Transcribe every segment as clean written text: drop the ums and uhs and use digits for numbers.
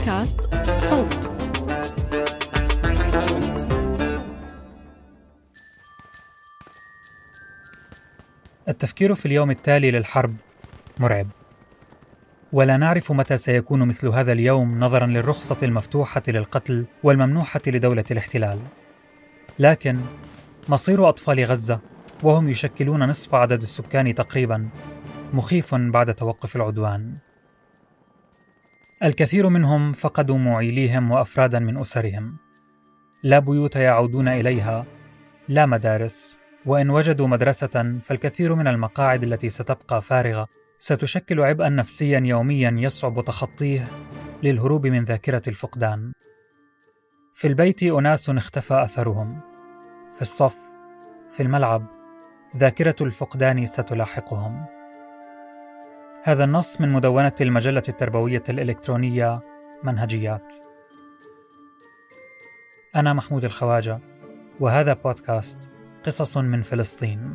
بودكاست صوت. التفكير في اليوم التالي للحرب مرعب، ولا نعرف متى سيكون مثل هذا اليوم نظراً للرخصة المفتوحة للقتل والممنوحة لدولة الاحتلال. لكن مصير أطفال غزة، وهم يشكلون نصف عدد السكان تقريباً، مخيف بعد توقف العدوان. الكثير منهم فقدوا معيليهم وأفراداً من أسرهم، لا بيوت يعودون إليها، لا مدارس، وإن وجدوا مدرسة فالكثير من المقاعد التي ستبقى فارغة ستشكل عبئاً نفسياً يومياً يصعب تخطيه للهروب من ذاكرة الفقدان. في البيت أناس اختفى أثرهم، في الصف، في الملعب، ذاكرة الفقدان ستلاحقهم. هذا النص من مدونة المجلة التربوية الإلكترونية منهجيات. أنا محمود الخواجة، وهذا بودكاست قصص من فلسطين.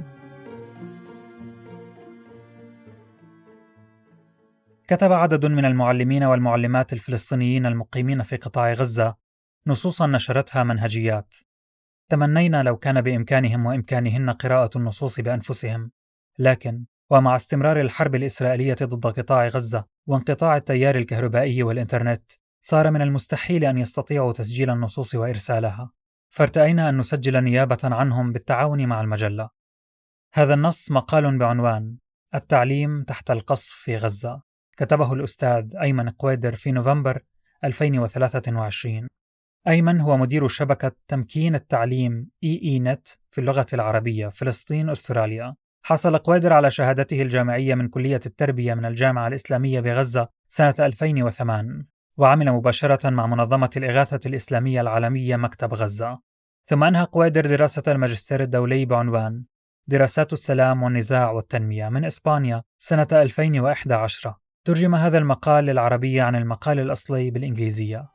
كتب عدد من المعلمين والمعلمات الفلسطينيين المقيمين في قطاع غزة نصوصا نشرتها منهجيات. تمنينا لو كان بإمكانهم وإمكانهن قراءة النصوص بأنفسهم، لكن ومع استمرار الحرب الإسرائيلية ضد قطاع غزة وانقطاع التيار الكهربائي والإنترنت، صار من المستحيل أن يستطيعوا تسجيل النصوص وإرسالها، فارتأينا أن نسجل نيابة عنهم بالتعاون مع المجلة. هذا النص مقال بعنوان التعليم تحت القصف في غزة، كتبه الأستاذ أيمن قويدر في نوفمبر 2023. أيمن هو مدير شبكة تمكين التعليم EENet في اللغة العربية فلسطين أستراليا. حصل قويدر على شهادته الجامعية من كلية التربية من الجامعة الإسلامية بغزة سنة 2008، وعمل مباشرة مع منظمة الإغاثة الإسلامية العالمية مكتب غزة. ثم أنهى قويدر دراسة الماجستير الدولي بعنوان دراسات السلام والنزاع والتنمية من إسبانيا سنة 2011. ترجم هذا المقال للعربية عن المقال الأصلي بالإنجليزية.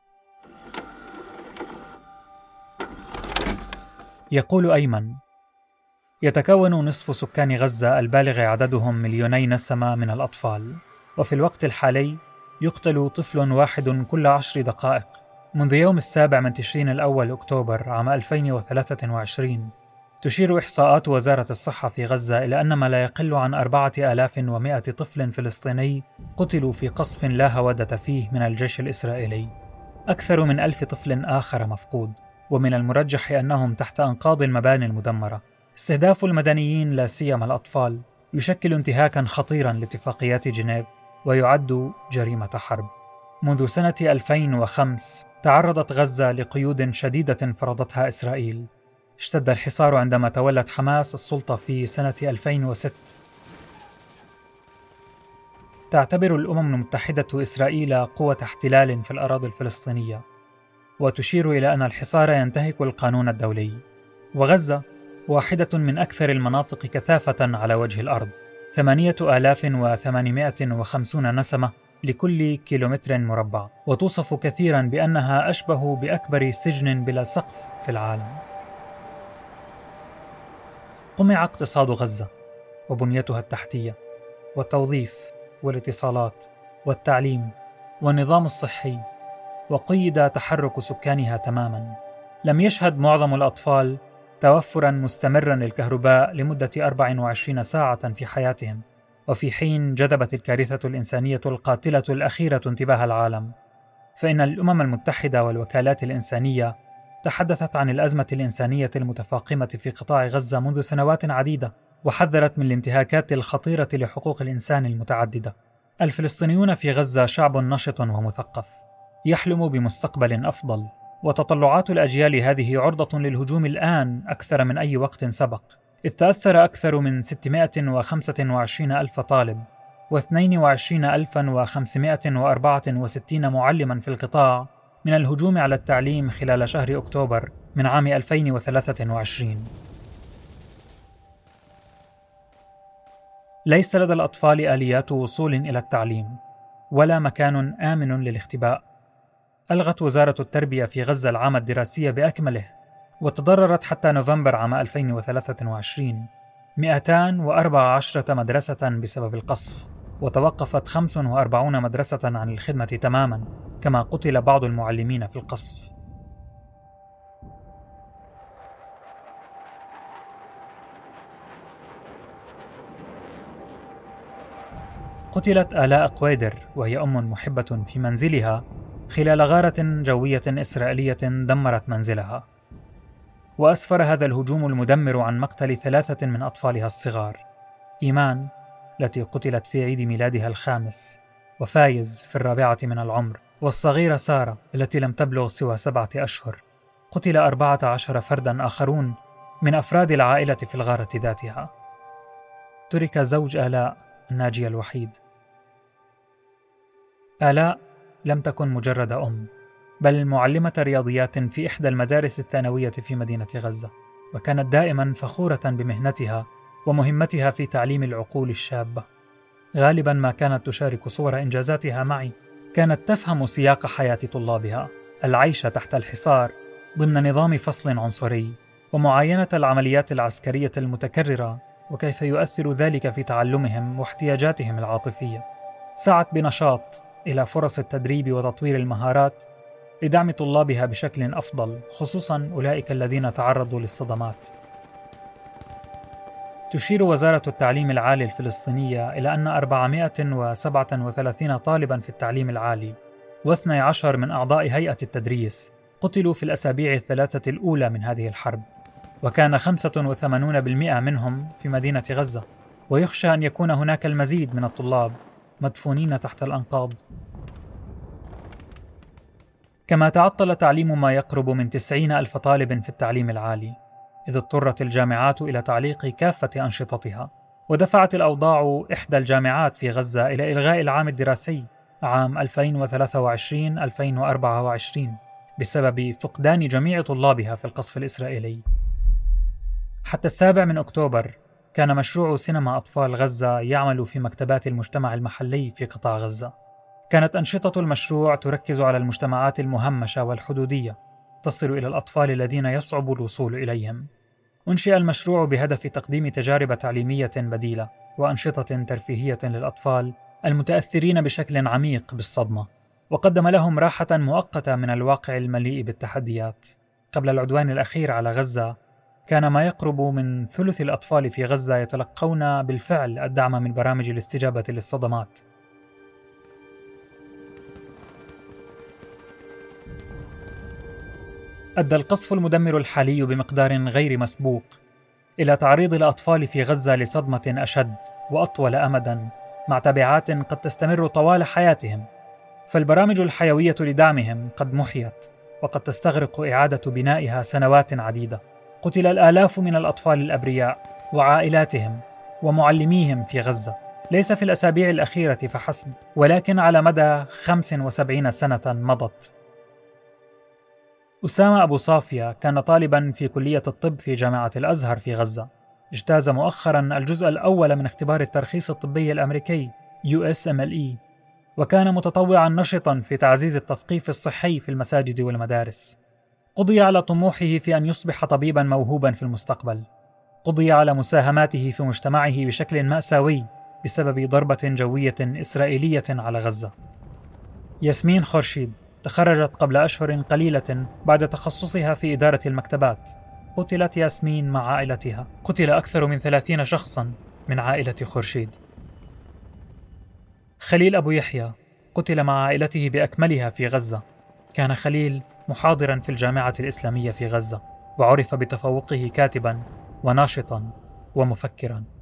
يقول أيمن: يتكون نصف سكان غزة البالغ عددهم 2,000,000 نسمة من الأطفال، وفي الوقت الحالي يقتل طفل واحد كل 10 دقائق. منذ يوم 7 من تشرين الأول أكتوبر عام 2023 تشير إحصاءات وزارة الصحة في غزة إلى أن ما لا يقل عن 4,100 طفل فلسطيني قتلوا في قصف لا هودة فيه من الجيش الإسرائيلي. أكثر من 1,000 طفل آخر مفقود، ومن المرجح أنهم تحت أنقاض المباني المدمرة. استهداف المدنيين لا سيما الأطفال يشكل انتهاكاً خطيراً لاتفاقيات جنيف، ويعد جريمة حرب. منذ سنة 2005 تعرضت غزة لقيود شديدة فرضتها إسرائيل. اشتد الحصار عندما تولت حماس السلطة في سنة 2006. تعتبر الأمم المتحدة إسرائيل قوة احتلال في الأراضي الفلسطينية، وتشير إلى أن الحصار ينتهك القانون الدولي. وغزة واحدة من أكثر المناطق كثافة على وجه الأرض، 8,850 نسمة لكل كيلومتر مربع، وتوصف كثيرا بأنها أشبه بأكبر سجن بلا سقف في العالم. قمع اقتصاد غزة وبنيتها التحتية والتوظيف والاتصالات والتعليم والنظام الصحي، وقيد تحرك سكانها تماما. لم يشهد معظم الأطفال توفرا مستمرا للكهرباء لمدة 24 ساعة في حياتهم، وفي حين جذبت الكارثة الإنسانية القاتلة الأخيرة انتباه العالم، فإن الأمم المتحدة والوكالات الإنسانية تحدثت عن الأزمة الإنسانية المتفاقمة في قطاع غزة منذ سنوات عديدة، وحذرت من الانتهاكات الخطيرة لحقوق الإنسان المتعددة. الفلسطينيون في غزة شعب نشط ومثقف يحلم بمستقبل أفضل، وتطلعات الأجيال هذه عرضة للهجوم الآن أكثر من أي وقت سبق، إذ تأثر أكثر من 625,000 طالب و22,564 معلما في القطاع من الهجوم على التعليم خلال شهر أكتوبر من عام 2023. ليس لدى الأطفال آليات وصول إلى التعليم ولا مكان آمن للاختباء. ألغت وزارة التربية في غزة العام الدراسي بأكمله، وتضررت حتى نوفمبر عام 2023 214 مدرسة بسبب القصف. وتوقفت 45 مدرسة عن الخدمة تماما، كما قتل بعض المعلمين في القصف. قتلت آلاء قويدر وهي أم محبة في منزلها خلال غارة جوية إسرائيلية دمرت منزلها. وأسفر هذا الهجوم المدمر عن مقتل 3 من أطفالها الصغار: إيمان التي قتلت في عيد ميلادها ال5، وفايز في 4 من العمر، والصغيرة سارة التي لم تبلغ سوى 7 أشهر. قتل 14 فردا آخرون من أفراد العائلة في الغارة ذاتها. ترك زوج آلاء الناجي الوحيد. آلاء لم تكن مجرد أم، بل معلمة رياضيات في إحدى المدارس الثانوية في مدينة غزة، وكانت دائما فخورة بمهنتها ومهمتها في تعليم العقول الشابة. غالبا ما كانت تشارك صور إنجازاتها معي. كانت تفهم سياق حياة طلابها، العيش تحت الحصار ضمن نظام فصل عنصري، ومعاينة العمليات العسكرية المتكررة وكيف يؤثر ذلك في تعلمهم واحتياجاتهم العاطفية. سعت بنشاط إلى فرص التدريب وتطوير المهارات لدعم طلابها بشكل أفضل، خصوصاً أولئك الذين تعرضوا للصدمات. تشير وزارة التعليم العالي الفلسطينية إلى أن 437 طالباً في التعليم العالي و12 من أعضاء هيئة التدريس قتلوا في الأسابيع ال3 الأولى من هذه الحرب، وكان 85% منهم في مدينة غزة، ويخشى أن يكون هناك المزيد من الطلاب مدفونين تحت الأنقاض. كما تعطل تعليم ما يقرب من 90,000 طالب في التعليم العالي، إذ اضطرت الجامعات إلى تعليق كافة أنشطتها، ودفعت الأوضاع إحدى الجامعات في غزة إلى إلغاء العام الدراسي عام 2023-2024 بسبب فقدان جميع طلابها في القصف الإسرائيلي. حتى 7 أكتوبر كان مشروع سينما أطفال غزة يعمل في مكتبات المجتمع المحلي في قطاع غزة. كانت أنشطة المشروع تركز على المجتمعات المهمشة والحدودية، تصل إلى الأطفال الذين يصعب الوصول إليهم. أنشئ المشروع بهدف تقديم تجارب تعليمية بديلة وأنشطة ترفيهية للأطفال المتأثرين بشكل عميق بالصدمة، وقدم لهم راحة مؤقتة من الواقع المليء بالتحديات. قبل العدوان الأخير على غزة، كان ما يقرب من ثلث الأطفال في غزة يتلقون بالفعل الدعم من برامج الاستجابة للصدمات. أدى القصف المدمر الحالي بمقدار غير مسبوق إلى تعريض الأطفال في غزة لصدمة أشد وأطول أمداً، مع تبعات قد تستمر طوال حياتهم. فالبرامج الحيوية لدعمهم قد محيت، وقد تستغرق إعادة بنائها سنوات عديدة. قتل الآلاف من الأطفال الأبرياء وعائلاتهم ومعلميهم في غزة، ليس في الأسابيع الأخيرة فحسب، ولكن على مدى 75 سنة مضت. أسامة أبو صافية كان طالباً في كلية الطب في جامعة الأزهر في غزة. اجتاز مؤخراً الجزء الأول من اختبار الترخيص الطبي الأمريكي USMLE، وكان متطوعاً نشطاً في تعزيز التثقيف الصحي في المساجد والمدارس. قضي على طموحه في أن يصبح طبيباً موهوباً في المستقبل. قضي على مساهماته في مجتمعه بشكل مأساوي بسبب ضربة جوية إسرائيلية على غزة. ياسمين خورشيد تخرجت قبل أشهر قليلة بعد تخصصها في إدارة المكتبات. قتلت ياسمين مع عائلتها. قتل أكثر من 30 شخصاً من عائلة خورشيد. خليل أبو يحيى قتل مع عائلته بأكملها في غزة. كان خليل محاضراً في الجامعة الإسلامية في غزة، وعرف بتفوقه كاتباً وناشطاً ومفكراً.